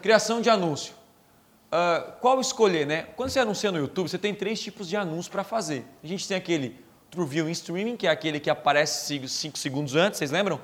Criação de anúncio. Qual escolher, né? Quando você anuncia no YouTube, você tem 3 tipos de anúncio para fazer. A gente tem aquele TrueView in Streaming, que é aquele que aparece 5 segundos antes, vocês lembram?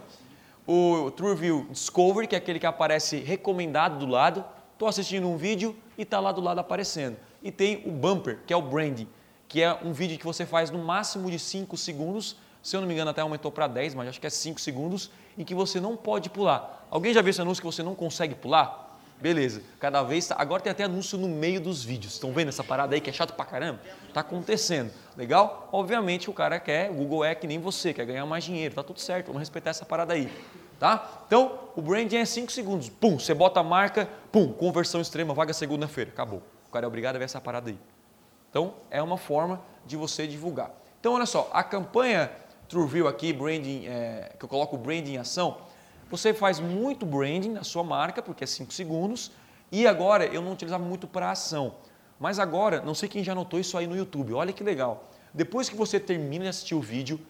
O TrueView Discovery, que é aquele que aparece recomendado do lado. Estou assistindo um vídeo e está lá do lado aparecendo. E tem o Bumper, que é o Branding, que é um vídeo que você faz no máximo de 5 segundos, se eu não me engano até aumentou para 10, mas acho que é 5 segundos, em que você não pode pular. Alguém já viu esse anúncio que você não consegue pular? Beleza, cada vez, agora tem até anúncio no meio dos vídeos, estão vendo essa parada aí que é chato pra caramba? Tá acontecendo, legal? Obviamente o cara quer, o Google é que nem você, quer ganhar mais dinheiro, tá tudo certo, vamos respeitar essa parada aí, tá? Então, o branding é 5 segundos, pum, você bota a marca, pum, conversão extrema, vaga segunda-feira, acabou. O cara é obrigado a ver essa parada aí. Então, é uma forma de você divulgar. Então, olha só, a campanha TrueView aqui, branding, que eu coloco o branding em ação, você faz muito branding na sua marca, porque é 5 segundos, e agora eu não utilizava muito para ação. Mas agora, não sei quem já notou isso aí no YouTube, olha que legal. Depois que você termina de assistir o vídeo,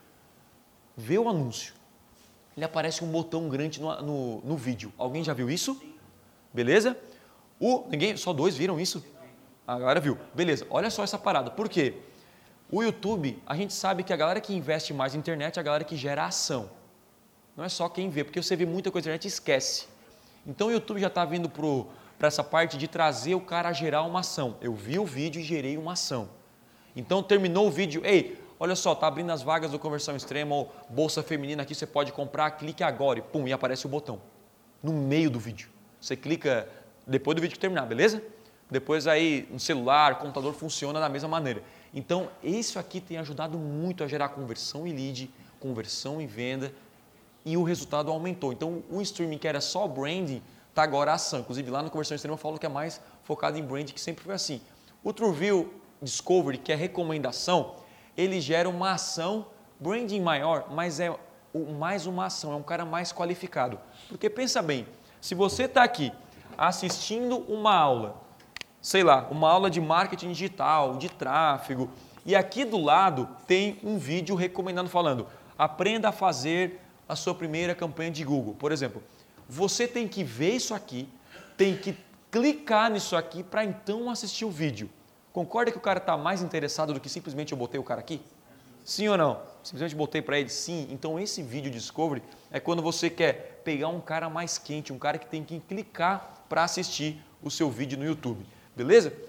vê o anúncio. Ele aparece um botão grande no vídeo. Alguém já viu isso? Beleza? Ninguém? Só 2 viram isso? Agora viu. Beleza, olha só essa parada. Por quê? O YouTube, a gente sabe que a galera que investe mais na internet é a galera que gera ação. Não é só quem vê, porque você vê muita coisa na internet e esquece. Então o YouTube já está vindo para essa parte de trazer o cara a gerar uma ação. Eu vi o vídeo e gerei uma ação. Então terminou o vídeo, ei, olha só, está abrindo as vagas do Conversão Extrema ou Bolsa Feminina aqui, você pode comprar, clique agora e pum, e aparece o botão. No meio do vídeo. Você clica depois do vídeo terminar, beleza? Depois aí no celular, computador funciona da mesma maneira. Então isso aqui tem ajudado muito a gerar conversão em lead, conversão em venda, e o resultado aumentou. Então, o streaming que era só branding, está agora ação. Inclusive, lá no Conversão Extrema eu falo que é mais focado em branding, que sempre foi assim. O TrueView Discovery, que é recomendação, ele gera uma ação, branding maior, mas é mais uma ação, é um cara mais qualificado. Porque pensa bem, se você está aqui assistindo uma aula, sei lá, uma aula de marketing digital, de tráfego, e aqui do lado tem um vídeo recomendando, falando, aprenda a fazer a sua primeira campanha de Google. Por exemplo, você tem que ver isso aqui, tem que clicar nisso aqui para então assistir o vídeo. Concorda que o cara está mais interessado do que simplesmente eu botei o cara aqui? Sim ou não? Simplesmente botei para ele sim. Então esse vídeo Discovery é quando você quer pegar um cara mais quente, um cara que tem que clicar para assistir o seu vídeo no YouTube. Beleza?